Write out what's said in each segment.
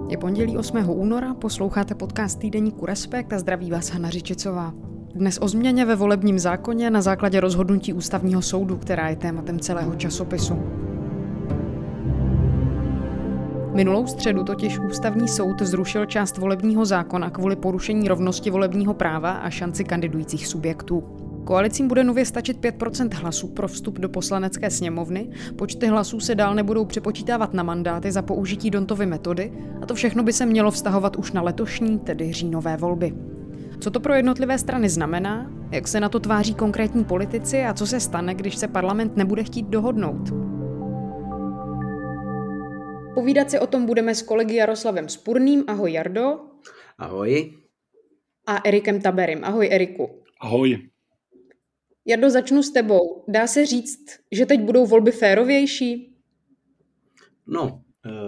Je pondělí 8. února, posloucháte podcast týdeníku Respekt a zdraví vás Hana Řičicová. Dnes o změně ve volebním zákoně na základě rozhodnutí Ústavního soudu, která je tématem celého časopisu. Minulou středu totiž Ústavní soud zrušil část volebního zákona kvůli porušení rovnosti volebního práva a šanci kandidujících subjektů. Koalicím bude nově stačit 5% hlasů pro vstup do Poslanecké sněmovny, počty hlasů se dál nebudou přepočítávat na mandáty za použití D'Hondtovy metody a to všechno by se mělo vztahovat už na letošní, tedy říjnové volby. Co to pro jednotlivé strany znamená, jak se na to tváří konkrétní politici a co se stane, když se parlament nebude chtít dohodnout? Povídat si o tom budeme s kolegy Jaroslavem Spurným, ahoj Jardo. Ahoj. A Erikem Taberim, ahoj Eriku. Ahoj. Jardo, začnu s tebou. Dá se říct, že teď budou volby férovější? No,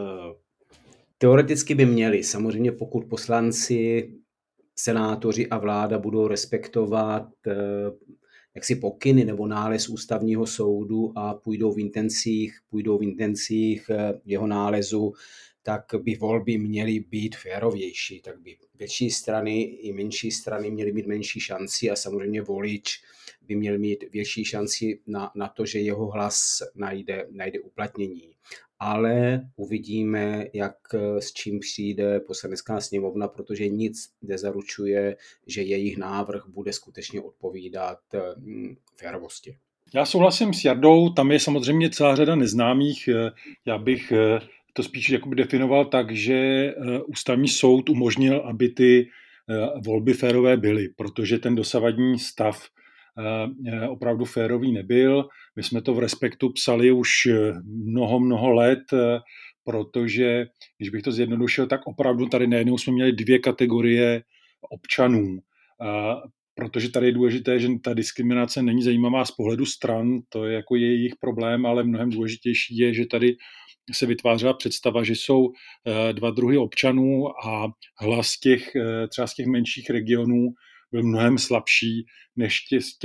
teoreticky by měli. Samozřejmě pokud poslanci, senátoři a vláda budou respektovat jaksi pokyny nebo nález Ústavního soudu a půjdou v intencích jeho nálezu, tak by volby měly být férovější. Tak by větší strany i menší strany měly mít menší šanci a samozřejmě volič by měl mít větší šanci na to, že jeho hlas najde uplatnění. Ale uvidíme, s čím přijde Poslanecká sněmovna, protože nic nezaručuje, že jejich návrh bude skutečně odpovídat férovosti. Já souhlasím s Jardou, tam je samozřejmě celá řada neznámých. Já bych to spíš jakoby definoval tak, že Ústavní soud umožnil, aby ty volby férové byly, protože ten dosavadní stav opravdu férový nebyl. My jsme to v Respektu psali už mnoho let, protože, když bych to zjednodušil, tak opravdu tady najednou jsme měli dvě kategorie občanů. Protože tady je důležité, že ta diskriminace není zajímavá z pohledu stran, to je jako jejich problém, ale mnohem důležitější je, že tady se vytvářela představa, že jsou dva druhy občanů a hlas třeba z těch menších regionů byl mnohem slabší než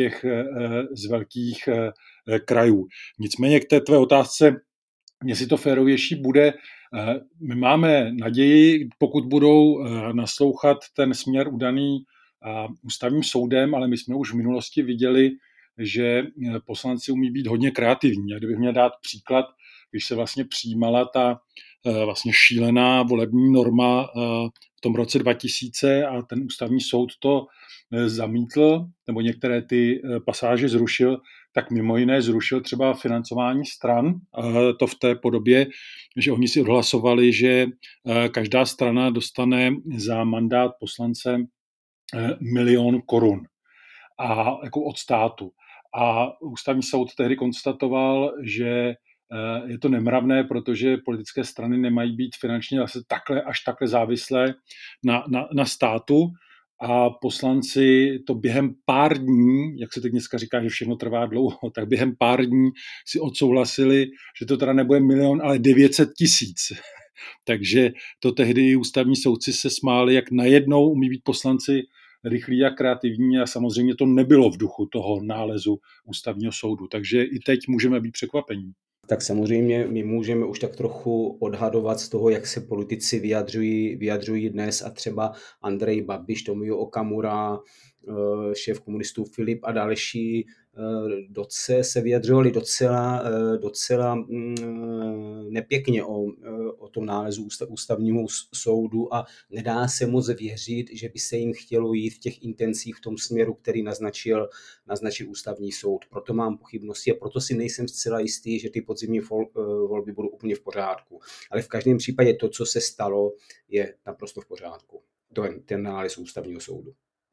z velkých krajů. Nicméně k té tvé otázce, jestli to férovější bude, my máme naději, pokud budou naslouchat ten směr udaný Ústavním soudem, ale my jsme už v minulosti viděli, že poslanci umí být hodně kreativní. A kdybych měl dát příklad, když se vlastně přijímala ta vlastně šílená volební norma v tom roce 2000 a ten Ústavní soud to zamítl, nebo některé ty pasáže zrušil, tak mimo jiné zrušil třeba financování stran, to v té podobě, že oni si odhlasovali, že každá strana dostane za mandát poslance 1 000 000 korun a jako od státu. A Ústavní soud tehdy konstatoval, že je to nemravné, protože politické strany nemají být finančně až takhle závislé na státu a poslanci to během pár dní, jak se teď dneska říká, že všechno trvá dlouho, tak během pár dní si odsouhlasili, že to teda nebude 1 000 000, ale 900 000. Takže to tehdy ústavní soudci se smáli, jak najednou umí být poslanci rychlí a kreativní a samozřejmě to nebylo v duchu toho nálezu Ústavního soudu. Takže i teď můžeme být překvapení. Tak samozřejmě my můžeme už tak trochu odhadovat z toho, jak se politici vyjadřují dnes a třeba Andrej Babiš, Tomio Okamura, šéf komunistů Filip a další se vyjadřovali docela nepěkně o tom nálezu Ústavního soudu a nedá se moc věřit, že by se jim chtělo jít v těch intencích v tom směru, který naznačil Ústavní soud. Proto mám pochybnosti a proto si nejsem zcela jistý, že ty podzimní volby budou úplně v pořádku. Ale v každém případě to, co se stalo, je naprosto v pořádku. To je ten nález Ústavního soudu.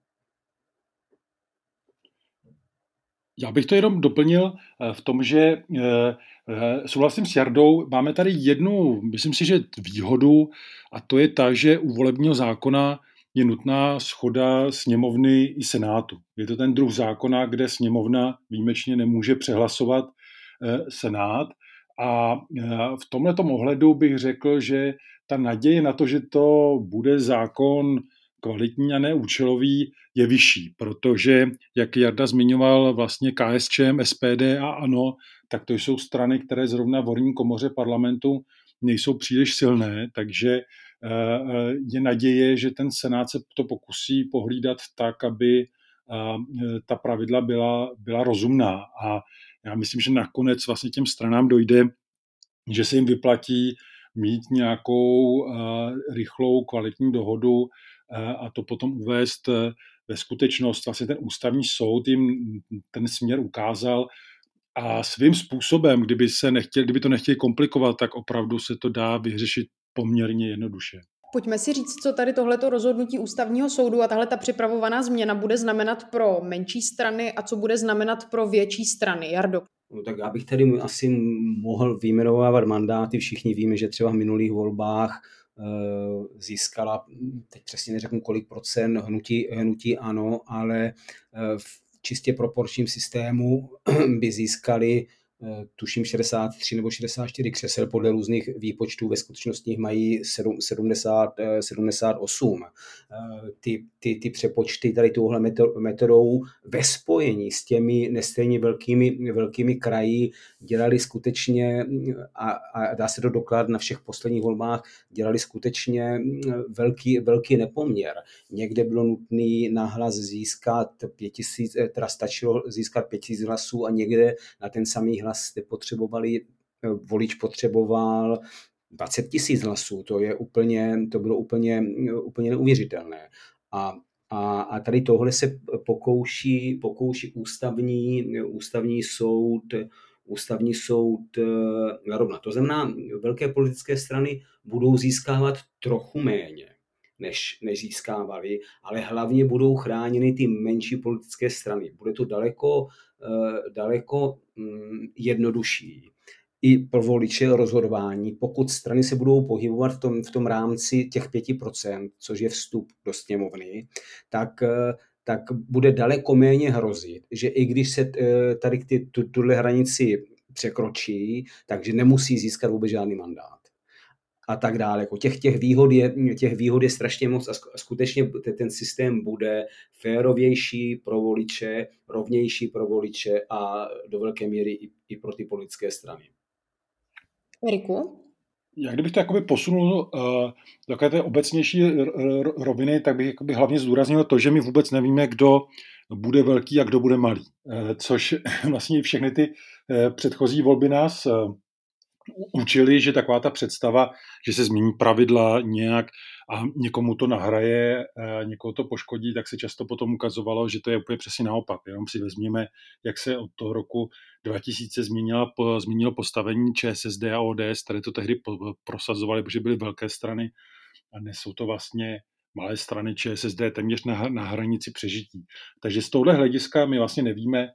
Já bych to jenom doplnil v tom, že souhlasím s Jardou, máme tady jednu, myslím si, že výhodu a to je ta, že u volebního zákona je nutná shoda sněmovny i senátu. Je to ten druh zákona, kde sněmovna výjimečně nemůže přehlasovat senát a v tomhletom ohledu bych řekl, že ta naděje na to, že to bude zákon kvalitní a neúčelový, je vyšší, protože, jak Jarda zmiňoval, vlastně KSČM, SPD a ANO, tak to jsou strany, které zrovna v horní komoře parlamentu nejsou příliš silné, takže je naděje, že ten Senát se to pokusí pohlídat tak, aby ta pravidla byla rozumná. A já myslím, že nakonec vlastně těm stranám dojde, že se jim vyplatí mít nějakou rychlou, kvalitní dohodu a to potom uvést ve skutečnost. Vlastně ten ústavní soud jim ten směr ukázal a svým způsobem, kdyby to nechtěli komplikovat, tak opravdu se to dá vyřešit poměrně jednoduše. Pojďme si říct, co tady tohleto rozhodnutí ústavního soudu a tahle ta připravovaná změna bude znamenat pro menší strany a co bude znamenat pro větší strany. Jardo. No, tak já bych tady asi mohl vyjmenovávat mandáty. Všichni víme, že třeba v minulých volbách získala, teď přesně neřeknu kolik procent, hnutí ANO, ale v čistě proporčním systému by získali tuším 63 nebo 64 křesel, podle různých výpočtů ve skutečnosti mají 78. Ty přepočty tady touhle metodou ve spojení s těmi nestejně velkými kraji dělali skutečně, a dá se to dokládat na všech posledních volbách, dělali skutečně velký nepoměr. Někde bylo nutné na hlas získat 5000, teda stačilo získat 5000 hlasů a někde na ten samý hlas volič potřeboval 20 000 hlasů. To bylo úplně neuvěřitelné. A tady tohle se pokouší ústavní soud narovnat. To znamená, velké politické strany budou získávat trochu méně, než získávali, ale hlavně budou chráněny ty menší politické strany. Bude to daleko jednodušší i pro voliče rozhodování, pokud strany se budou pohybovat v tom rámci těch 5%, což je vstup do sněmovny, tak bude daleko méně hrozit, že i když se tady tuhle hranici překročí, takže nemusí získat vůbec žádný mandát. A tak dále. Těch výhod je strašně moc a skutečně ten systém bude férovější pro voliče, rovnější pro voliče a do velké míry i pro ty politické strany. Eriku? Já kdybych to jakoby posunul do té obecnější roviny, tak bych jakoby hlavně zdůraznil to, že my vůbec nevíme, kdo bude velký a kdo bude malý. Což vlastně všechny ty předchozí volby nás učili, že taková ta představa, že se změní pravidla nějak a někomu to nahraje, někoho to poškodí, tak se často potom ukazovalo, že to je úplně přesně naopak. Jenom si vezměme, jak se od toho roku 2000 změnilo postavení ČSSD a ODS, které to tehdy prosazovali, protože byly velké strany a dnes jsou to vlastně malé strany ČSSD téměř na hranici přežití. Takže z tohohle hlediska my vlastně nevíme,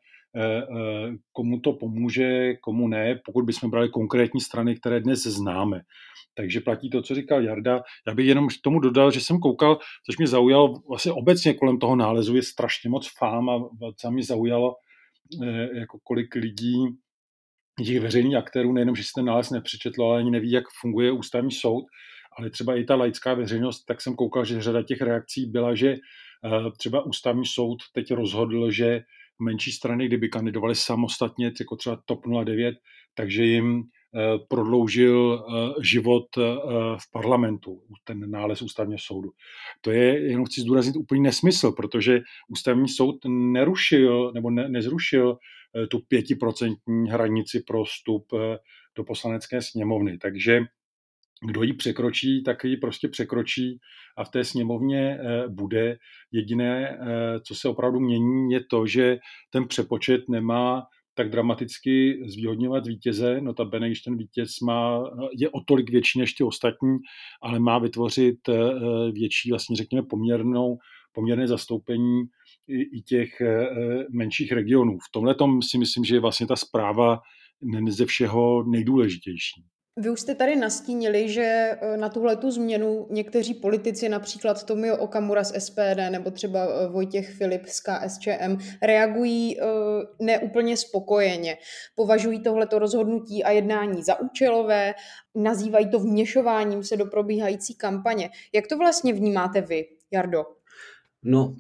komu to pomůže, komu ne, pokud bychom brali konkrétní strany, které dnes známe. Takže platí to, co říkal Jarda. Já bych jenom k tomu dodal, že jsem koukal, což mě zaujalo, vlastně obecně kolem toho nálezu je strašně moc fám a co mě zaujalo, jako kolik lidí, těch veřejných aktérů, nejenom, že si ten nález nepřečetlo, ale ani neví, jak funguje ústavní soud, ale třeba i ta laická veřejnost, tak jsem koukal, že řada těch reakcí byla, že třeba ústavní soud teď rozhodl, že menší strany, kdyby kandidovaly samostatně, jako třeba TOP 09, takže jim prodloužil život v parlamentu, ten nález ústavního soudu. To je, jenom chci zdůraznit, úplný nesmysl, protože ústavní soud nerušil nebo nezrušil tu 5% hranici pro vstup do poslanecké sněmovny. Takže kdo ji překročí, tak ji prostě překročí a v té sněmovně bude. Jediné, co se opravdu mění, je to, že ten přepočet nemá tak dramaticky zvýhodňovat vítěze, notabene, když ten vítěz je o tolik větší než ty ostatní, ale má vytvořit větší, vlastně řekněme, poměrné zastoupení i těch menších regionů. V tomhletom si myslím, že je vlastně ta zpráva ze všeho nejdůležitější. Vy už jste tady nastínili, že na tuhletu změnu někteří politici, například Tomio Okamura z SPD nebo třeba Vojtěch Filip z KSČM, reagují neúplně spokojeně. Považují tohleto rozhodnutí a jednání za účelové, nazývají to vměšováním se do probíhající kampaně. Jak to vlastně vnímáte vy, Jardo? No,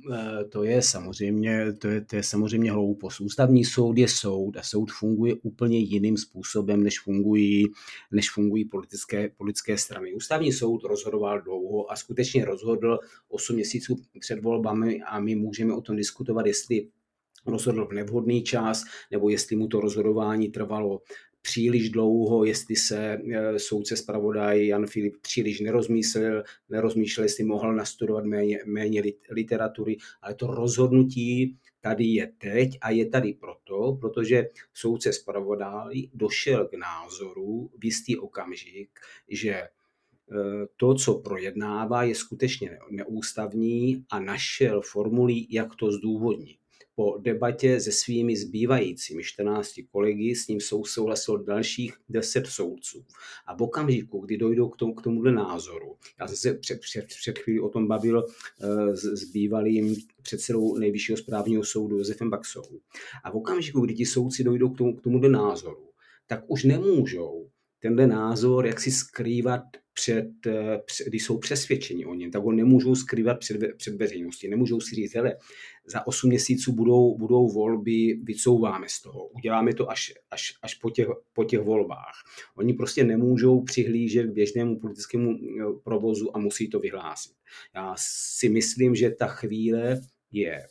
to je samozřejmě hloupost. Ústavní soud je soud a soud funguje úplně jiným způsobem, než fungují politické strany. Ústavní soud rozhodoval dlouho a skutečně rozhodl 8 měsíců před volbami a my můžeme o tom diskutovat, jestli rozhodl v nevhodný čas, nebo jestli mu to rozhodování trvalo příliš dlouho, jestli se soudce zpravodaj Jan Filip příliš nerozmýšlel, jestli mohl nastudovat méně literatury, ale to rozhodnutí tady je teď a je tady protože soudce zpravodaj došel k názoru v jistý okamžik, že to, co projednává, je skutečně neústavní a našel formuli, jak to zdůvodnit. Po debatě se svými zbývajícími 14 kolegy s ním souhlasilo dalších 10 soudců. A v okamžiku, kdy dojdou k tomuhle názoru, já jsem se před chvílí o tom bavil s bývalým předsedou Nejvyššího správního soudu Josefem Baxou. A v okamžiku, kdy ti soudci dojdou k tomuhle názoru, tak už nemůžou tenhle názor jak si skrývat když jsou přesvědčeni o něm, tak ho nemůžou skrývat před veřejností. Nemůžou si říct, hele, za 8 měsíců budou volby, vycouváme z toho, uděláme to až po těch volbách. Oni prostě nemůžou přihlížet k běžnému politickému provozu a musí to vyhlásit. Já si myslím, že ta chvíle je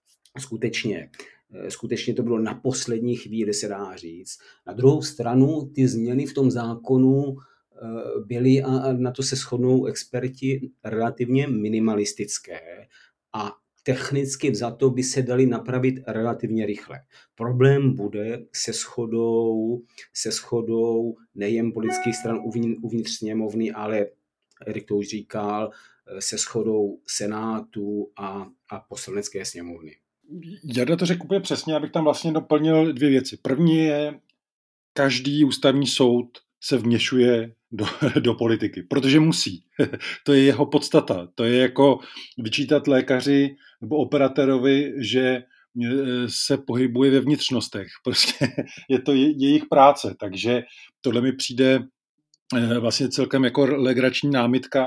skutečně to bylo na poslední chvíli, se dá říct. Na druhou stranu ty změny v tom zákonu byly, a na to se shodnou experti, relativně minimalistické a technicky vzato by se daly napravit relativně rychle. Problém bude se shodou nejen politických stran uvnitř sněmovny, ale Erik to už říkal, se shodou Senátu a Poslanecké sněmovny. Jarda to řekl úplně přesně, abych tam vlastně doplnil 2 věci. První je, každý ústavní soud se vměšuje do politiky, protože musí. To je jeho podstata. To je jako vyčítat lékaři nebo operatorovi, že se pohybuje ve vnitřnostech. Prostě je to jejich práce, takže tohle mi přijde vlastně celkem jako legrační námitka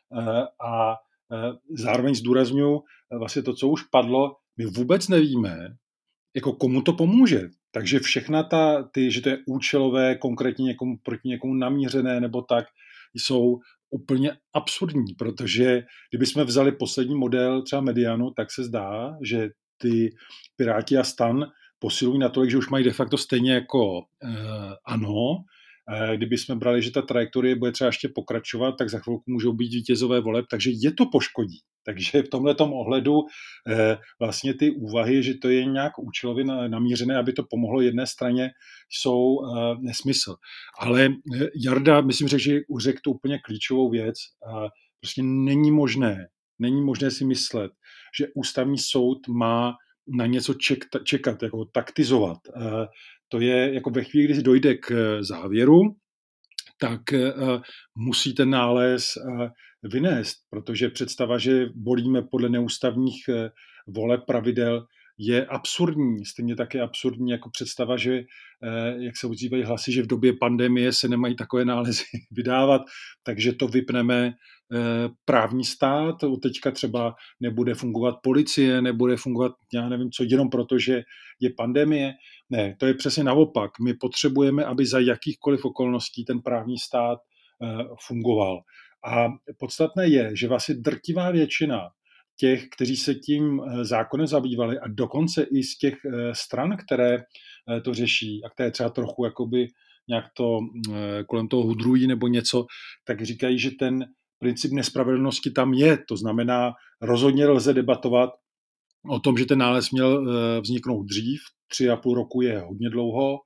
a zároveň zdůrazňuji vlastně to, co už padlo, my vůbec nevíme, jako komu to pomůže. Takže všechna že to je účelové, konkrétně proti někomu namířené nebo tak, jsou úplně absurdní, protože kdybychom vzali poslední model třeba Medianu, tak se zdá, že ty Piráti a STAN posilují natolik, že už mají de facto stejně jako ANO. Kdyby jsme brali, že ta trajektorie bude třeba ještě pokračovat, tak za chvilku můžou být vítězové voleb, takže je to poškodí. Takže v tomhletom ohledu vlastně ty úvahy, že to je nějak účelově namířené, aby to pomohlo jedné straně, jsou nesmysl. Ale Jarda, myslím, že řekl tu úplně klíčovou věc. Prostě není možné si myslet, že ústavní soud má na něco čekat, jako taktizovat. To je jako ve chvíli, kdy dojde k závěru, tak musí ten nález vynést, protože představa, že volíme podle neústavních voleb pravidel, je absurdní. Stejně tak je absurdní jako představa, že, jak se ozývají hlasy, že v době pandemie se nemají takové nálezy vydávat, takže to vypneme právní stát, teďka třeba nebude fungovat policie, nebude fungovat, já nevím co, jenom proto, že je pandemie. Ne, to je přesně naopak. My potřebujeme, aby za jakýchkoliv okolností ten právní stát fungoval. A podstatné je, že vlastně drtivá většina těch, kteří se tím zákonem zabývali a dokonce i z těch stran, které to řeší a které třeba trochu jakoby nějak to kolem toho hudrují nebo něco, tak říkají, že ten princip nespravedlnosti tam je. To znamená, rozhodně lze debatovat o tom, že ten nález měl vzniknout dřív. 3,5 roku je hodně dlouho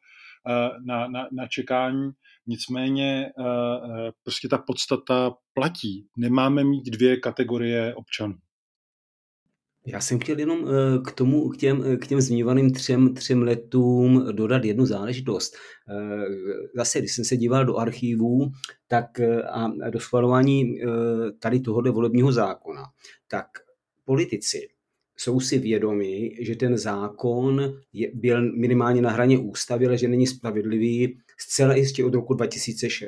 na čekání. Nicméně prostě ta podstata platí. Nemáme mít 2 kategorie občanů. Já jsem chtěl jenom k těm zmiňovaným třem letům dodat jednu záležitost. Zase, když jsem se díval do archívů a do schvalování tady tohoto volebního zákona, tak politici jsou si vědomi, že ten zákon byl minimálně na hraně ústavy, ale že není spravedlivý zcela jistě od roku 2006.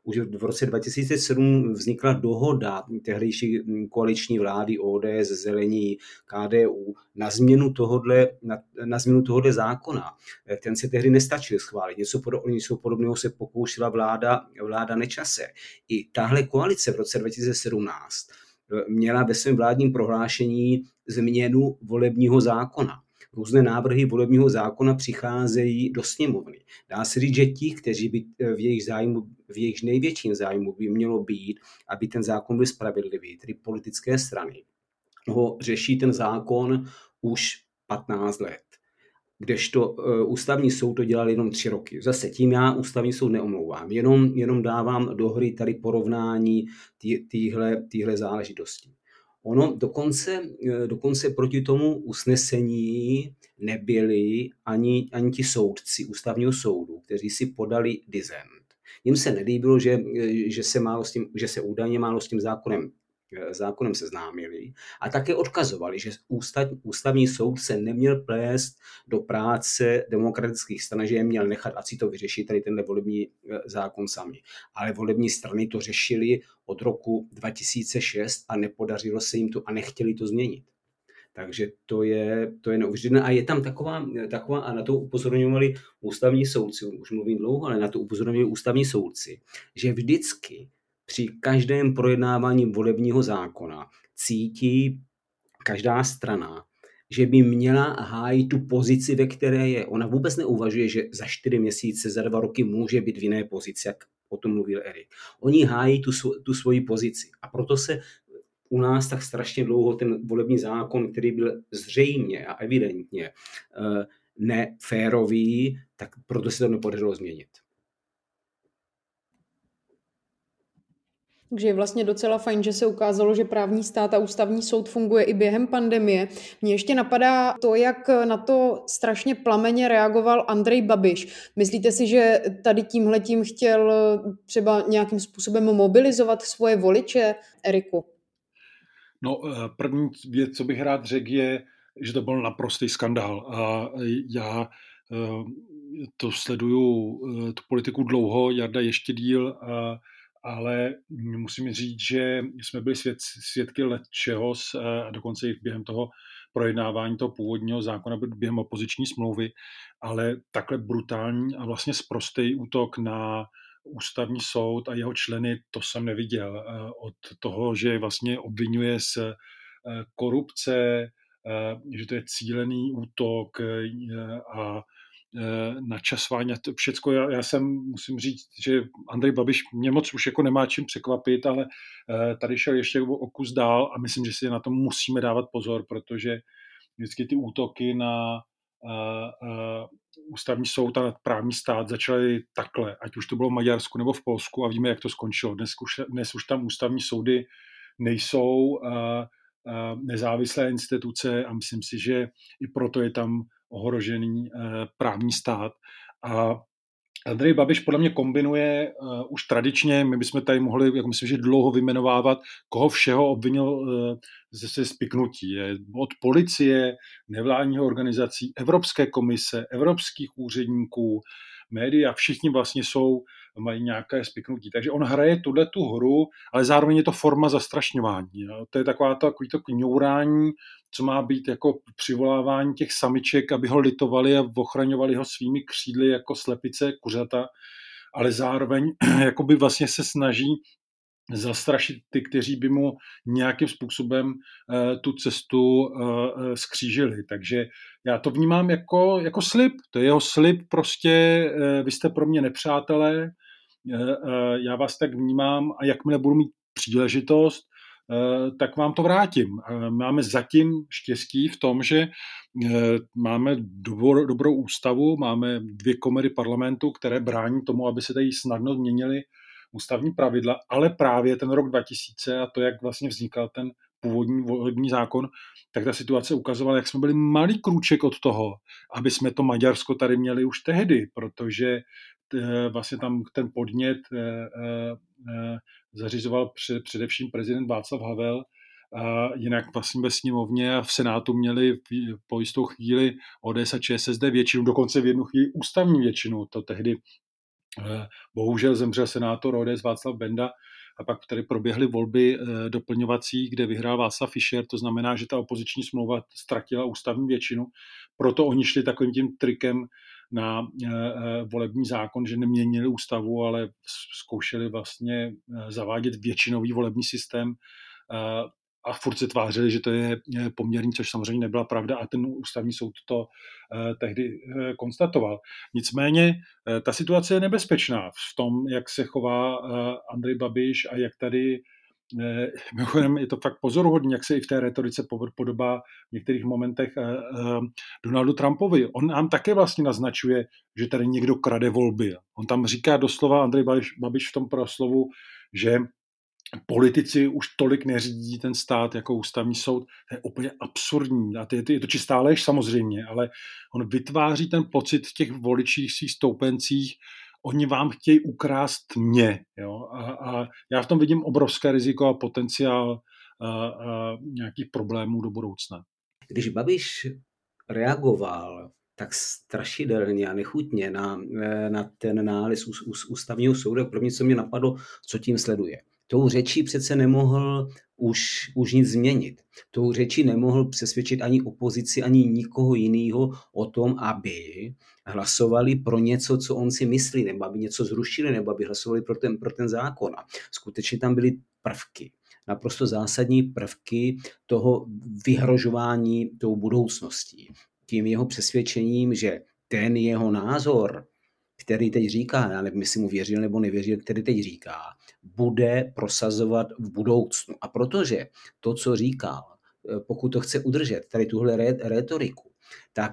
už v roce 2007 vznikla dohoda tehdejší koaliční vlády ODS, Zelení, KDU na změnu tohohle zákona. Ten se tehdy nestačil schválit. Něco podobného se pokoušela vláda Nečase. I tahle koalice v roce 2017 měla ve svém vládním prohlášení změnu volebního zákona. Různé návrhy volebního zákona přicházejí do sněmovny. Dá se říct, že ti, kteří by v jejich největším zájmu by mělo být, aby ten zákon byl spravedlivý, tedy politické strany, ho řeší ten zákon už 15 let. Kdežto ústavní soud to dělal jenom 3 roky. Zase tím já ústavní soud neomlouvám, jenom dávám do hry tady porovnání téhle záležitosti. Ono dokonce proti tomu usnesení nebyli ani ti soudci ústavního soudu, kteří si podali dissent. Jim se nelíbilo, že se údajně málo s tím zákonem seznámili a také odkazovali, že ústavní soud se neměl plést do práce demokratických stran, že je měl nechat, ať si to vyřeší tady tenhle volební zákon sami. Ale volební strany to řešily od roku 2006 a nepodařilo se jim to a nechtěli to změnit. Takže to je neuvěřitelné. A je tam taková, a na to upozorňovali ústavní soudci, už mluvím dlouho, ale na to upozorňovali ústavní soudci, že vždycky při každém projednávání volebního zákona cítí každá strana, že by měla hájit tu pozici, ve které je. Ona vůbec neuvažuje, že za 4 měsíce, za 2 roky může být v jiné pozici, jak o tom mluvil Erik. Oni hájí tu svoji pozici. A proto se u nás tak strašně dlouho ten volební zákon, který byl zřejmě a evidentně neférový, tak proto se to nepodařilo změnit. Takže je vlastně docela fajn, že se ukázalo, že právní stát a ústavní soud funguje i během pandemie. Mně ještě napadá to, jak na to strašně plamenně reagoval Andrej Babiš. Myslíte si, že tady tímhletím chtěl třeba nějakým způsobem mobilizovat svoje voliče, Eriku? No, první věc, co bych rád řekl, je, že to byl naprostý skandál. A já to sleduju, tu politiku dlouho, Jarda ještě díl, ale musím říct, že jsme byli svědky ledčehos a dokonce i během toho projednávání toho původního zákona, během opoziční smlouvy, ale takhle brutální a vlastně sprostý útok na ústavní soud a jeho členy, to jsem neviděl. Od toho, že vlastně obvinuje z korupce, že to je cílený útok a načasování a to všecko. Já musím říct, že Andrej Babiš mě moc už jako nemá čím překvapit, ale tady šel ještě o kus dál a myslím, že si na to musíme dávat pozor, protože vždycky ty útoky na ústavní soud a právní stát začaly takhle, ať už to bylo v Maďarsku nebo v Polsku a víme, jak to skončilo. Dnes už tam ústavní soudy nejsou nezávislé instituce a myslím si, že i proto je tam ohrožený právní stát. A Andrej Babiš podle mě kombinuje už tradičně, my bychom tady mohli, jako myslím, že dlouho vyjmenovávat, koho všeho obvinil ze spiknutí. Od policie, nevládních organizací, Evropské komise, evropských úředníků, média, všichni vlastně mají nějaké spiknutí. Takže on hraje tu hru, ale zároveň je to forma zastrašňování. Jo. To je takový to kňourání, co má být jako přivolávání těch samiček, aby ho litovali a ochraňovali ho svými křídly jako slepice, kuřata, ale zároveň jakoby vlastně se snaží zastrašit ty, kteří by mu nějakým způsobem tu cestu skřížili. Takže já to vnímám jako slib. To je jeho slib prostě, vy jste pro mě nepřátelé, já vás tak vnímám a jakmile budu mít příležitost, tak vám to vrátím. Máme zatím štěstí v tom, že máme dobrou ústavu, máme 2 komory parlamentu, které brání tomu, aby se tady snadno změnily ústavní pravidla, ale právě ten rok 2000 a to, jak vlastně vznikal ten původní volební zákon, tak ta situace ukazovala, jak jsme byli malý krůček od toho, aby jsme to Maďarsko tady měli už tehdy, protože vlastně tam ten podnět zařizoval především prezident Václav Havel, jinak vlastně ve sněmovně a v Senátu měli po jistou chvíli ODS a ČSSD většinu, dokonce v jednu chvíli ústavní většinu, to tehdy Bohužel zemřel senátor ODS Václav Benda a pak tady proběhly volby doplňovací, kde vyhrál Václav Fischer, to znamená, že ta opoziční smlouva ztratila ústavní většinu, proto oni šli takovým tím trikem na volební zákon, že neměnili ústavu, ale zkoušeli vlastně zavádět většinový volební systém a furt se tvářili, že to je poměrný, což samozřejmě nebyla pravda a ten ústavní soud to tehdy konstatoval. Nicméně ta situace je nebezpečná v tom, jak se chová Andrej Babiš a jak tady mimochodem je to fakt pozoruhodné, jak se i v té retorice podobá v některých momentech Donaldu Trumpovi. On nám také vlastně naznačuje, že tady někdo krade volby. On tam říká doslova, Andrej Babiš v tom proslovu, že politici už tolik neřídí ten stát jako ústavní soud. To je úplně absurdní. A je to čistá lež samozřejmě, ale on vytváří ten pocit v těch voličích, svých stoupencích, oni vám chtějí ukrást mě. Jo? A já v tom vidím obrovské riziko a potenciál nějakých problémů do budoucna. Když Babiš reagoval tak strašidelně a nechutně na ten nález ústavního soudu, pro mě co mě napadlo, co tím sleduje. Tou řečí přece nemohl už nic změnit. Tou řečí nemohl přesvědčit ani opozici, ani nikoho jiného o tom, aby hlasovali pro něco, co on si myslí, nebo aby něco zrušili, nebo aby hlasovali pro ten zákon. A skutečně tam byly prvky, naprosto zásadní prvky toho vyhrožování tou budoucností. Tím jeho přesvědčením, že ten jeho názor, který teď říká, já nevím, jestli mu věřil nebo nevěřil, který teď říká, bude prosazovat v budoucnu. A protože to, co říkal, pokud to chce udržet, tady tuhle rétoriku, tak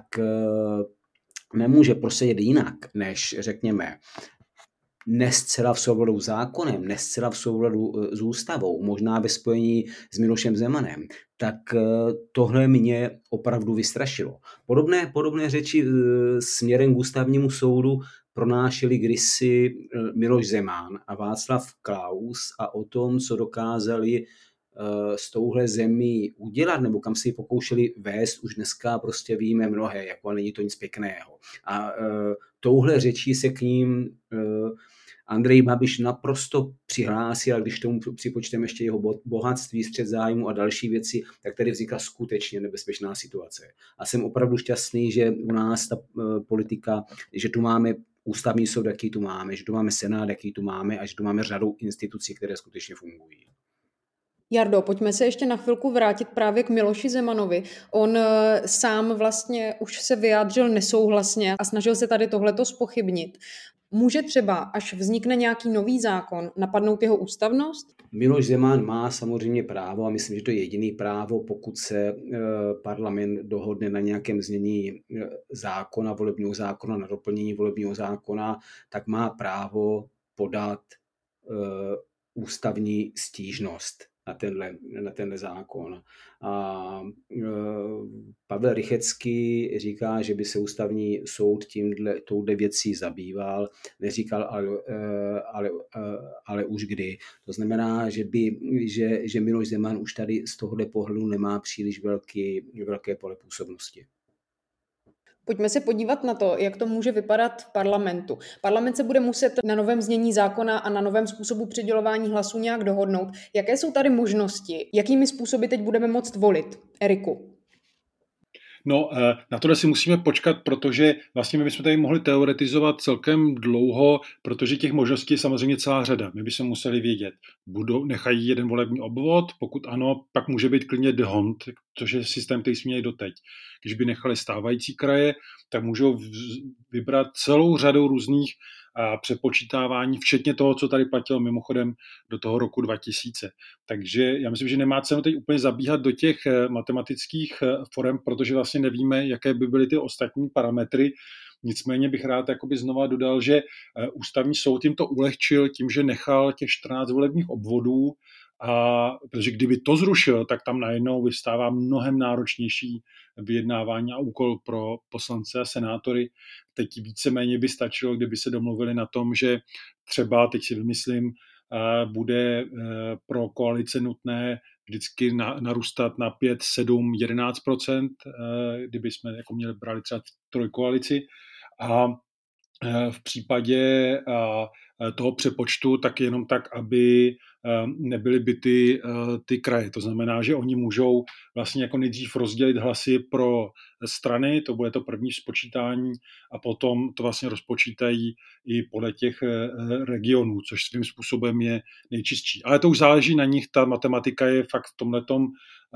nemůže prosadit jinak, než řekněme, ne zcela v souladu s zákonem, ne zcela v souladu s ústavou, možná ve spojení s Milošem Zemanem, tak tohle mě opravdu vystrašilo. Podobné řeči směrem k ústavnímu soudu pronášeli kdysi Miloš Zeman a Václav Klaus a o tom, co dokázali s touhle zemí udělat, nebo kam si ji pokoušeli vést, už dneska prostě víme mnohé, jako není to nic pěkného. A touhle řečí se k ním Andrej Babiš naprosto přihlásil, a když tomu připočteme ještě jeho bohatství, střet zájmu a další věci, tak tady vznikla skutečně nebezpečná situace. A jsem opravdu šťastný, že u nás ta politika, že tu máme ústavní soud, jaký tu máme, že tu máme senát, jaký tu máme a že tu máme řadu institucí, které skutečně fungují. Jardo, pojďme se ještě na chvilku vrátit právě k Miloši Zemanovi. On sám vlastně už se vyjádřil nesouhlasně a snažil se tady tohleto zpochybnit. Může třeba, až vznikne nějaký nový zákon, napadnout jeho ústavnost? Miloš Zeman má samozřejmě právo a myslím, že to je jediný právo, pokud se parlament dohodne na nějakém znění zákona, volebního zákona, na doplnění volebního zákona, tak má právo podat ústavní stížnost na tenhle zákon. A Pavel Rychecký říká, že by se ústavní soud touhle věcí zabýval. Neříkal, ale už kdy. To znamená, že Miloš Zeman už tady z tohohle pohledu nemá příliš velké pole působnosti. Pojďme se podívat na to, jak to může vypadat v parlamentu. Parlament se bude muset na novém znění zákona a na novém způsobu přidělování hlasů nějak dohodnout. Jaké jsou tady možnosti? Jakými způsoby teď budeme moct volit? Eriku. No, na tohle si musíme počkat, protože vlastně my bychom tady mohli teoretizovat celkem dlouho, protože těch možností je samozřejmě celá řada. My bychom museli vědět, nechají jeden volební obvod, pokud ano, pak může být klidně dehont, což je systém, který jsme měli doteď. Když by nechali stávající kraje, tak můžou vybrat celou řadu různých přepočítávání, včetně toho, co tady platilo mimochodem do toho roku 2000. Takže já myslím, že nemá cenu teď úplně zabíhat do těch matematických forem, protože vlastně nevíme, jaké by byly ty ostatní parametry. Nicméně bych rád znova dodal, že ústavní soud jim to ulehčil tím, že nechal těch 14 volebních obvodů, protože kdyby to zrušil, tak tam najednou vyvstává mnohem náročnější vyjednávání a úkol pro poslance a senátory. Teď víceméně by stačilo, kdyby se domluvili na tom, že třeba, teď si vymyslím, bude pro koalice nutné vždycky narůstat na 5, 7, 11%, kdyby jsme brali třeba trojkoalici. A v případě toho přepočtu tak jenom tak, aby nebyly byty ty kraje. To znamená, že oni můžou vlastně jako nejdřív rozdělit hlasy pro strany, to bude to první spočítání, a potom to vlastně rozpočítají i podle těch regionů, což svým způsobem je nejčistší. Ale to už záleží na nich, ta matematika je fakt v tomhletom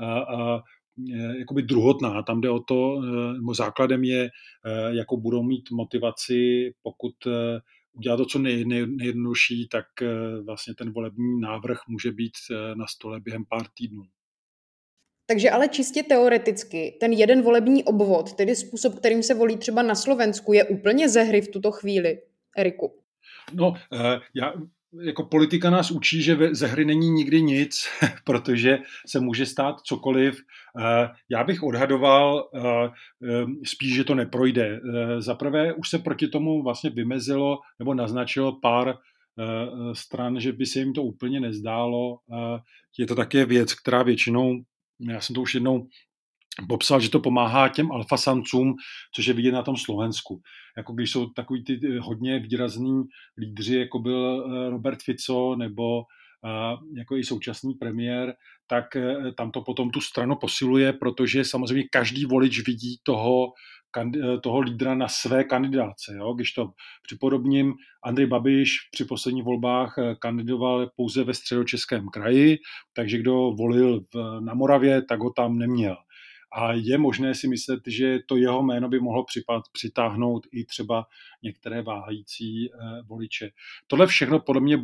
jakoby druhotná. Tam jde o to, nebo základem je, jakou budou mít motivaci, pokud udělat to co nejjednodušší, tak vlastně ten volební návrh může být na stole během pár týdnů. Takže ale čistě teoreticky ten jeden volební obvod, tedy způsob, kterým se volí třeba na Slovensku, je úplně ze hry v tuto chvíli, Eriku? No, jako politika nás učí, že ze hry není nikdy nic, protože se může stát cokoliv. Já bych odhadoval spíš, že to neprojde. Zaprvé už se proti tomu vlastně vymezilo nebo naznačilo pár stran, že by se jim to úplně nezdálo. Je to také věc, která většinou, já jsem to už jednou popsal, že to pomáhá těm alfasamcům, což je vidět na tom Slovensku. Jako když jsou takový ty hodně výrazný lídři, jako byl Robert Fico nebo jako i současný premiér, tak tam to potom tu stranu posiluje, protože samozřejmě každý volič vidí toho lídra na své kandidáce. Jo? Když to připodobním, Andrej Babiš při posledních volbách kandidoval pouze ve Středočeském kraji, takže kdo volil na Moravě, tak ho tam neměl. A je možné si myslet, že to jeho jméno by mohlo přitáhnout i třeba některé váhající voliče. Tohle všechno podle mě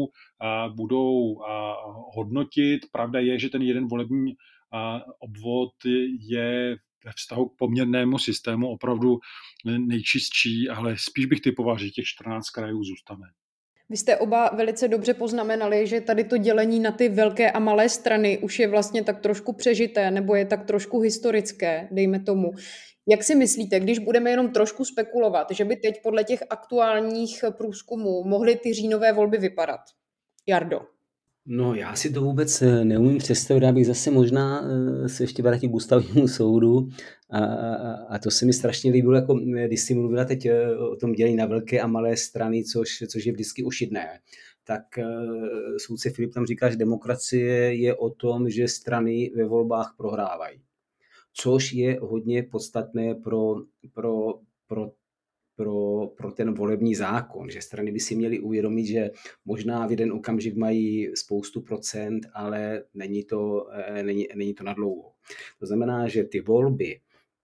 budou hodnotit. Pravda je, že ten jeden volební obvod je ve vztahu k poměrnému systému opravdu nejčistší, ale spíš bych typoval, že těch 14 krajů zůstane. Vy jste oba velice dobře poznamenali, že tady to dělení na ty velké a malé strany už je vlastně tak trošku přežité, nebo je tak trošku historické, dejme tomu. Jak si myslíte, když budeme jenom trošku spekulovat, že by teď podle těch aktuálních průzkumů mohly ty říjnové volby vypadat? Jardo. No, já si to vůbec neumím představit, já bych zase možná se ještě vrátil k ústavnímu soudu a to se mi strašně líbilo, jako když jsi mluvila teď o tom dělení na velké a malé strany, což je vždycky ošidné. Tak soudce Filip tam říká, že demokracie je o tom, že strany ve volbách prohrávají. Což je hodně podstatné pro ten volební zákon, že strany by si měly uvědomit, že možná v jeden okamžik mají spoustu procent, ale není to na dlouho. To znamená, že ty volby,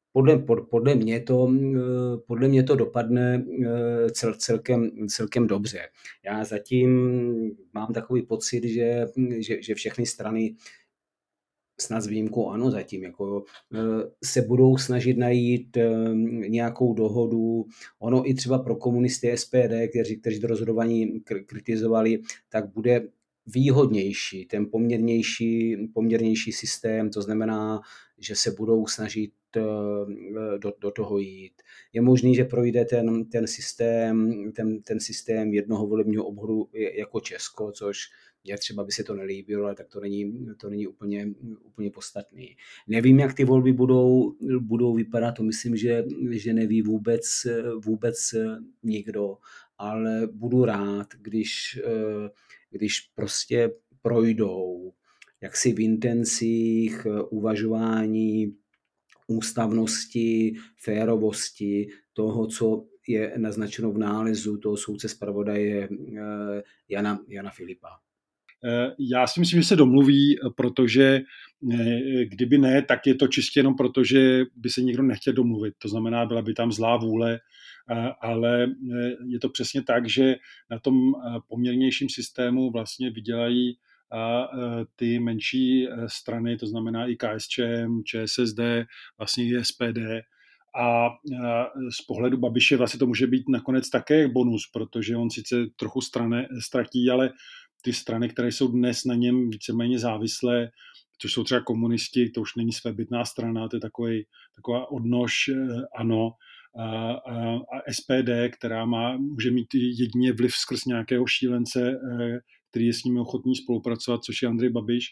podle mě to dopadne celkem dobře. Já zatím mám takový pocit, že všechny strany, snad s výjimkou ANO zatím, jako se budou snažit najít nějakou dohodu. Ono i třeba pro komunisty SPD, kteří to rozhodování kritizovali, tak bude výhodnější, ten poměrnější systém, to znamená, že se budou snažit do toho jít. Je možný, že projde ten systém jednoho volebního obvodu jako Česko, což mě třeba by se to nelíbilo, ale tak to není úplně podstatný. Nevím, jak ty volby budou vypadat, to myslím, že neví vůbec nikdo, ale budu rád, když prostě projdou jaksi v intencích uvažování ústavnosti, férovosti toho, co je naznačeno v nálezu toho soudce zpravodaje Jana Filipa. Já si myslím, že se domluví, protože kdyby ne, tak je to čistě jenom proto, že by se nikdo nechtěl domluvit. To znamená, byla by tam zlá vůle, ale je to přesně tak, že na tom poměrnějším systému vlastně vydělají ty menší strany, to znamená i KSČM, ČSSD, vlastně i SPD. A z pohledu Babiše vlastně to může být nakonec také bonus, protože on sice trochu ztratí, ale ty strany, které jsou dnes na něm víceméně závislé, což jsou třeba komunisti, to už není svébytná strana, to je taková odnož ANO, a SPD, která může mít jedině vliv skrz nějakého šílence, který je s nimi ochotný spolupracovat, což je Andrej Babiš.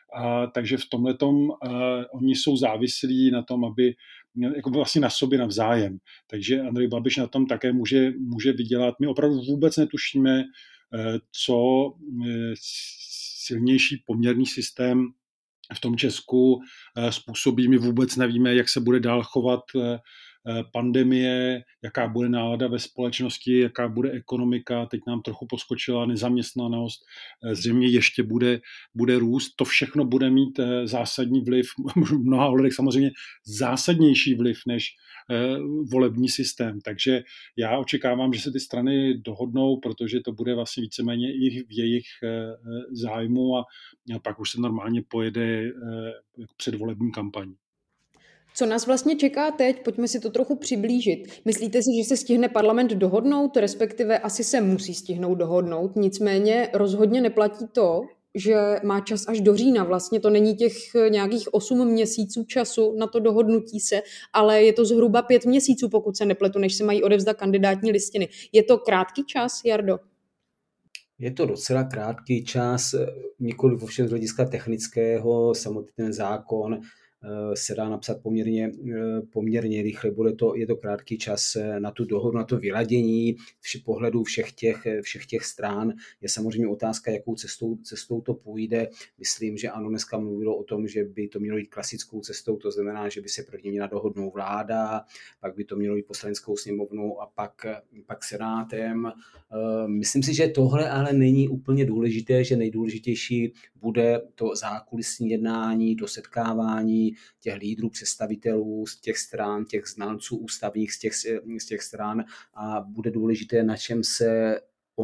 Takže v tomhletom oni jsou závislí na tom, aby jako vlastně na sobě navzájem. Takže Andrej Babiš na tom také může vydělat. My opravdu vůbec netušíme, co silnější poměrný systém v tom Česku způsobí. My vůbec nevíme, jak se bude dál chovat pandemie, jaká bude nálada ve společnosti, jaká bude ekonomika. Teď nám trochu poskočila nezaměstnanost, zřejmě ještě bude růst. To všechno bude mít zásadní vliv, v mnoha ohledech samozřejmě zásadnější vliv než volební systém. Takže já očekávám, že se ty strany dohodnou, protože to bude vlastně víceméně i v jejich zájmu a pak už se normálně pojede předvolební kampaň. Co nás vlastně čeká teď? Pojďme si to trochu přiblížit. Myslíte si, že se stihne parlament dohodnout, respektive asi se musí stihnout dohodnout, nicméně rozhodně neplatí to, že má čas až do října. Vlastně to není těch nějakých 8 měsíců času na to dohodnutí se, ale je to zhruba 5 měsíců, pokud se nepletu, než se mají odevzdat kandidátní listiny. Je to krátký čas, Jardo? Je to docela krátký čas, nikoli ovšem z hlediska technického, samotný ten zákon se dá napsat poměrně rychle. Je to krátký čas na tu dohodu, na to vyladění pohledu všech těch stran. Je samozřejmě otázka, jakou cestou to půjde. Myslím, že ANO dneska mluvilo o tom, že by to mělo jít klasickou cestou, to znamená, že by se první měla dohodnout vláda, pak by to mělo jít poslaneckou sněmovnou a pak senátem. Myslím si, že tohle ale není úplně důležité, že nejdůležitější bude to zákulisní jednání, to setkávání těch lídrů, představitelů z těch stran, těch znalců ústavních z těch stran a bude důležité, na čem se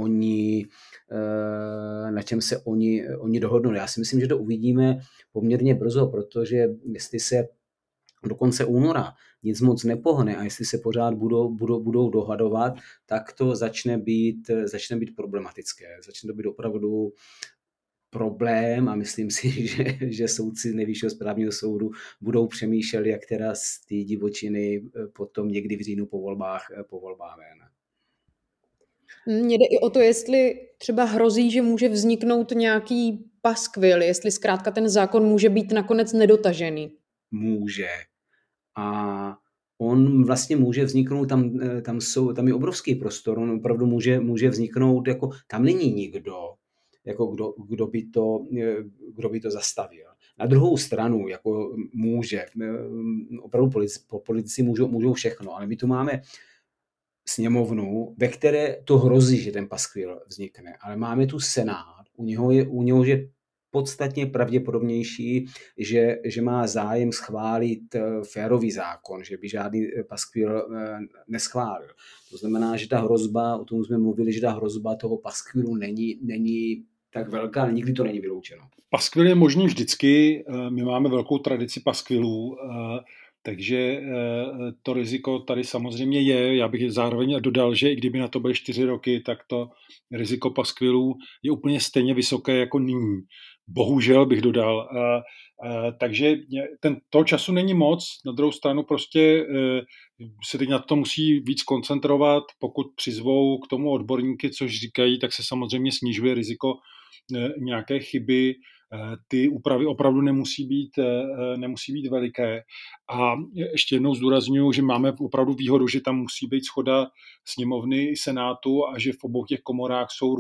oni dohodnou. Já si myslím, že to uvidíme poměrně brzo, protože jestli se do konce února nic moc nepohne a jestli se pořád budou dohadovat, tak to začne být problematické. Začne to být opravdu problém a myslím si, že soudci Nejvyššího správního soudu budou přemýšlet, jak teda z té divočiny potom někdy v říjnu po volbách ven. Mně jde i o to, jestli třeba hrozí, že může vzniknout nějaký paskvil, jestli zkrátka ten zákon může být nakonec nedotažený. Může. A on vlastně může vzniknout, tam je obrovský prostor, on opravdu může vzniknout, jako tam není nikdo, jako kdo by to zastavil. Na druhou stranu, jako může, opravdu politici můžou všechno, ale my tu máme sněmovnu, ve které to hrozí, že ten paskvil vznikne, ale máme tu Senát, u něho je podstatně pravděpodobnější, že má zájem schválit férový zákon, že by žádný paskvil neschválil. To znamená, že ta hrozba, o tom jsme mluvili, že ta hrozba toho paskvilu není tak velká, ale nikdy to není vyloučeno. Paskvil je možný vždycky, my máme velkou tradici paskvilů, takže to riziko tady samozřejmě je. Já bych zároveň dodal, že i kdyby na to byly 4 roky, tak to riziko paskvilů je úplně stejně vysoké jako nyní. Bohužel bych dodal. Takže toho času není moc. Na druhou stranu prostě se teď na to musí víc koncentrovat. Pokud přizvou k tomu odborníky, což říkají, tak se samozřejmě snižuje riziko nějaké chyby. Ty úpravy opravdu nemusí být veliké. A ještě jednou zdůrazňuji, že máme opravdu výhodu, že tam musí být shoda sněmovny i senátu a že v obou těch komorách jsou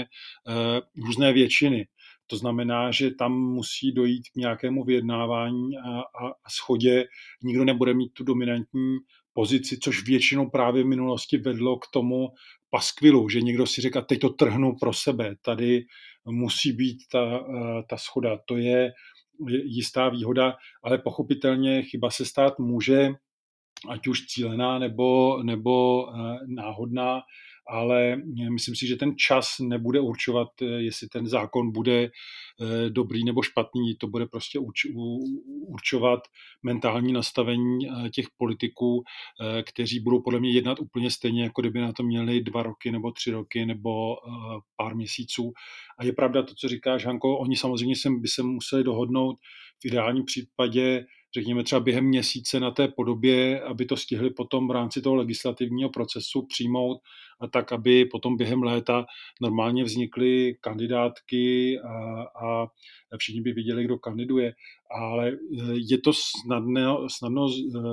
různé většiny. To znamená, že tam musí dojít k nějakému vyjednávání a shodě. Nikdo nebude mít tu dominantní pozici, což většinou právě v minulosti vedlo k tomu paskvilu, že někdo si říká, teď to trhnu pro sebe, tady musí být ta shoda. To je jistá výhoda, ale pochopitelně chyba se stát může, ať už cílená nebo náhodná, ale myslím si, že ten čas nebude určovat, jestli ten zákon bude dobrý nebo špatný. To bude prostě určovat mentální nastavení těch politiků, kteří budou podle mě jednat úplně stejně, jako kdyby na to měli 2 roky nebo 3 roky nebo pár měsíců. A je pravda to, co říkáš, Hanko, oni samozřejmě by se museli dohodnout v ideálním případě řekněme třeba během měsíce na té podobě, aby to stihli potom v rámci toho legislativního procesu přijmout a tak, aby potom během léta normálně vznikly kandidátky a všichni by viděli, kdo kandiduje. Ale je to snadno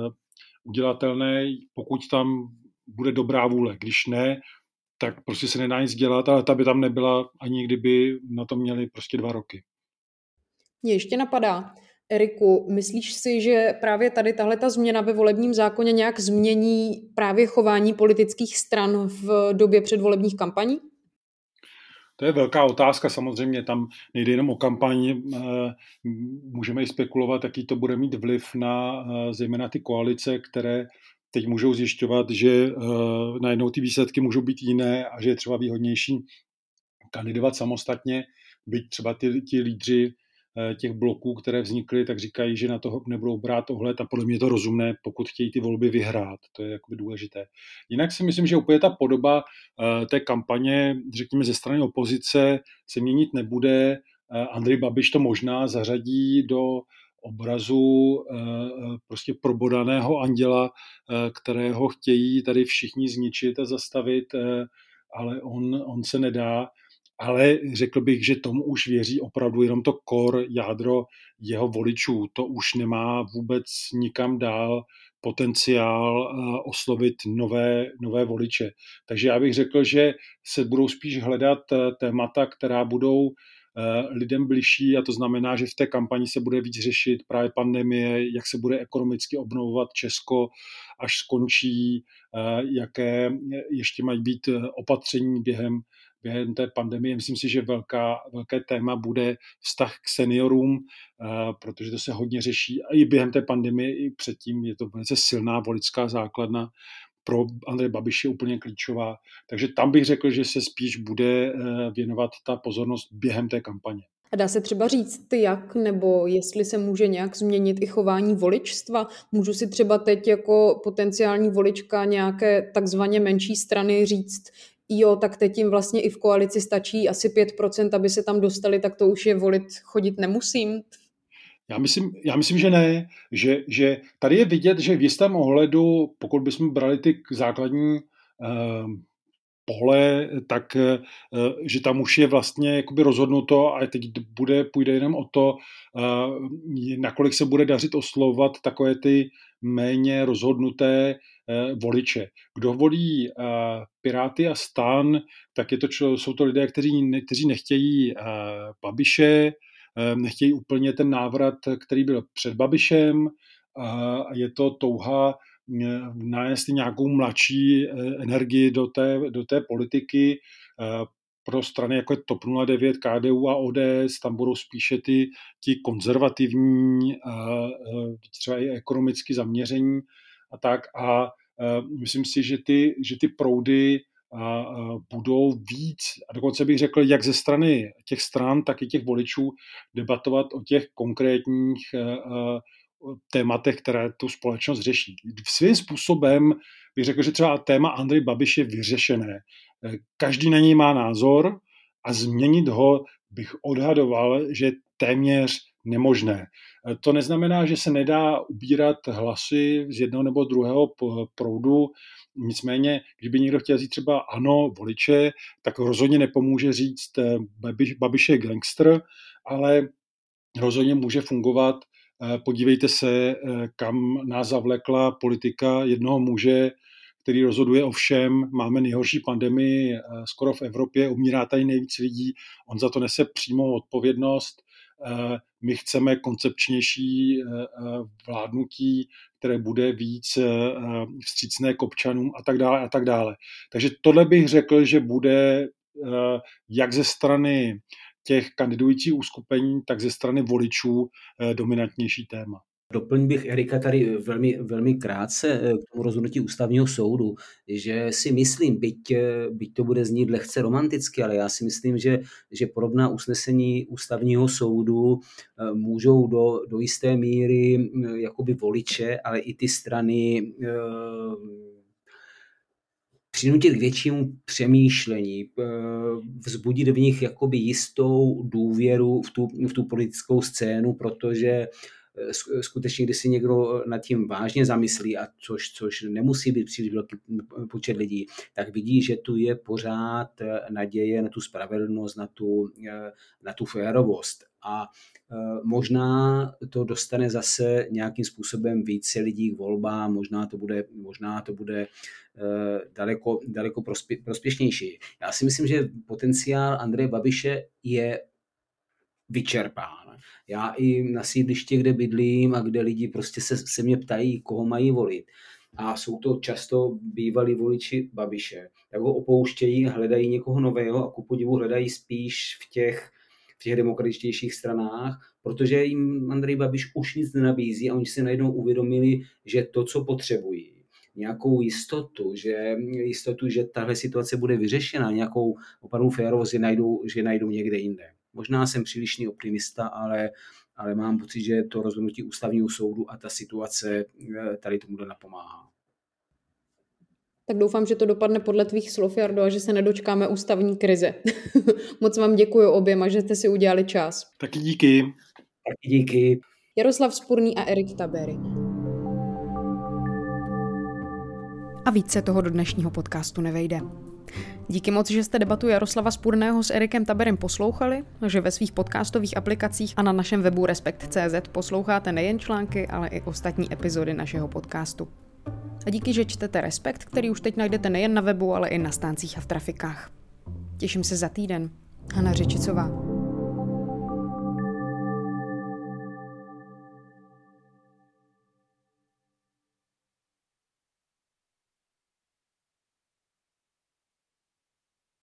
udělatelné, pokud tam bude dobrá vůle. Když ne, tak prostě se nedá nic dělat, ale ta by tam nebyla, ani kdyby na to měli prostě 2 roky. Mě ještě napadá, Eriku, myslíš si, že právě tady tahleta změna ve volebním zákoně nějak změní právě chování politických stran v době předvolebních kampaní? To je velká otázka, samozřejmě tam nejde jenom o kampaň, můžeme i spekulovat, jaký to bude mít vliv na zejména ty koalice, které teď můžou zjišťovat, že najednou ty výsledky můžou být jiné a že je třeba výhodnější kandidovat samostatně, byť třeba ti lídři těch bloků, které vznikly, tak říkají, že na to nebudou brát ohled a podle mě je to rozumné, pokud chtějí ty volby vyhrát. To je jakoby důležité. Jinak si myslím, že úplně ta podoba té kampaně, řekněme ze strany opozice, se měnit nebude. Andrej Babiš to možná zařadí do obrazu prostě probodaného anděla, kterého chtějí tady všichni zničit a zastavit, ale on se nedá. Ale řekl bych, že tomu už věří opravdu jenom to core, jádro jeho voličů. To už nemá vůbec nikam dál potenciál oslovit nové voliče. Takže já bych řekl, že se budou spíš hledat témata, která budou lidem bližší, a to znamená, že v té kampani se bude víc řešit právě pandemie, jak se bude ekonomicky obnovovat Česko, až skončí, jaké ještě mají být opatření během té pandemie. Myslím si, že velké téma bude vztah k seniorům, protože to se hodně řeší a i během té pandemie, i předtím je to velice silná voličská základna. Pro Andreje Babiše je úplně klíčová. Takže tam bych řekl, že se spíš bude věnovat ta pozornost během té kampaně. A dá se třeba říct, jak nebo jestli se může nějak změnit i chování voličstva? Můžu si třeba teď jako potenciální volička nějaké takzvaně menší strany říct, jo, tak teď jim vlastně i v koalici stačí asi 5%, aby se tam dostali, tak to už je volit chodit nemusím? Já myslím, že ne, že tady je vidět, že v jistém ohledu, pokud bychom brali ty základní pole, tak že tam už je vlastně jakoby rozhodnuto a teď půjde jenom o to, nakolik se bude dařit oslovovat takové ty méně rozhodnuté voliče. Kdo volí Piráty a STAN, tak jsou to lidé, kteří nechtějí Babiše, nechtějí úplně ten návrat, který byl před Babišem, a je to touha nést nějakou mladší energii do té politiky. Pro strany jako je TOP 09, KDU a ODS, tam budou spíše ti konzervativní, třeba i ekonomicky zaměření a tak. A myslím si, že ty proudy budou víc, a dokonce bych řekl, jak ze strany těch stran, tak i těch voličů debatovat o těch konkrétních tématech, které tu společnost řeší. Svým způsobem bych řekl, že třeba téma Andrej Babiš je vyřešené. Každý na něj má názor a změnit ho bych odhadoval, že je téměř nemožné. To neznamená, že se nedá ubírat hlasy z jednoho nebo druhého proudu. Nicméně, kdyby někdo chtěl říct třeba ano, voliče, tak rozhodně nepomůže říct Babiš je gangster, ale rozhodně může fungovat. Podívejte se, kam nás zavlekla politika jednoho muže, který rozhoduje o všem. Máme nejhorší pandemii skoro v Evropě, umírá tady nejvíc lidí, on za to nese přímou odpovědnost. My chceme koncepčnější vládnutí, které bude víc vstřícné k občanům a tak dále a tak dále. Takže tohle bych řekl, že bude jak ze strany těch kandidujících uskupení, tak ze strany voličů dominantnější téma. Doplň bych Erika tady velmi, velmi krátce k tomu rozhodnutí ústavního soudu, že si myslím, byť to bude znít lehce romanticky, ale já si myslím, že podobná usnesení ústavního soudu můžou do jisté míry jakoby voliče, ale i ty strany přinutit k většímu přemýšlení, vzbudit v nich jakoby jistou důvěru v tu politickou scénu, protože skutečně, když si někdo nad tím vážně zamyslí, a což nemusí být příliš velký počet lidí, tak vidí, že tu je pořád naděje na tu spravedlnost, na tu férovost. A možná to dostane zase nějakým způsobem více lidí k volbám, možná to bude daleko prospěšnější. Já si myslím, že potenciál Andreje Babiše je vyčerpán. Já i na sídlišti, kde bydlím a kde lidi prostě se mě ptají, koho mají volit, a jsou to často bývalí voliči Babiše, tak ho opouštějí, hledají někoho nového a ku podivu hledají spíš v těch demokratičtějších stranách, protože jim Andrej Babiš už nic nenabízí a oni si najednou uvědomili, že to, co potřebují, nějakou jistotu, že tahle situace bude vyřešena, nějakou opravdu férovost, že najdou někde jinde. Možná jsem přílišný optimista, ale mám pocit, že to rozhodnutí ústavního soudu a ta situace tady tomu napomáhá. Tak doufám, že to dopadne podle tvých slov, Jardo, a že se nedočkáme ústavní krize. Moc vám děkuji oběma, že jste si udělali čas. Taky díky. Taky díky. Jaroslav Spurný a Erik Tabery. A víc se toho do dnešního podcastu nevejde. Díky moc, že jste debatu Jaroslava Spurného s Erikem Taberem poslouchali, že ve svých podcastových aplikacích a na našem webu Respekt.cz posloucháte nejen články, ale i ostatní epizody našeho podcastu. A díky, že čtete Respekt, který už teď najdete nejen na webu, ale i na stáncích a v trafikách. Těším se za týden. Hana Řečicová.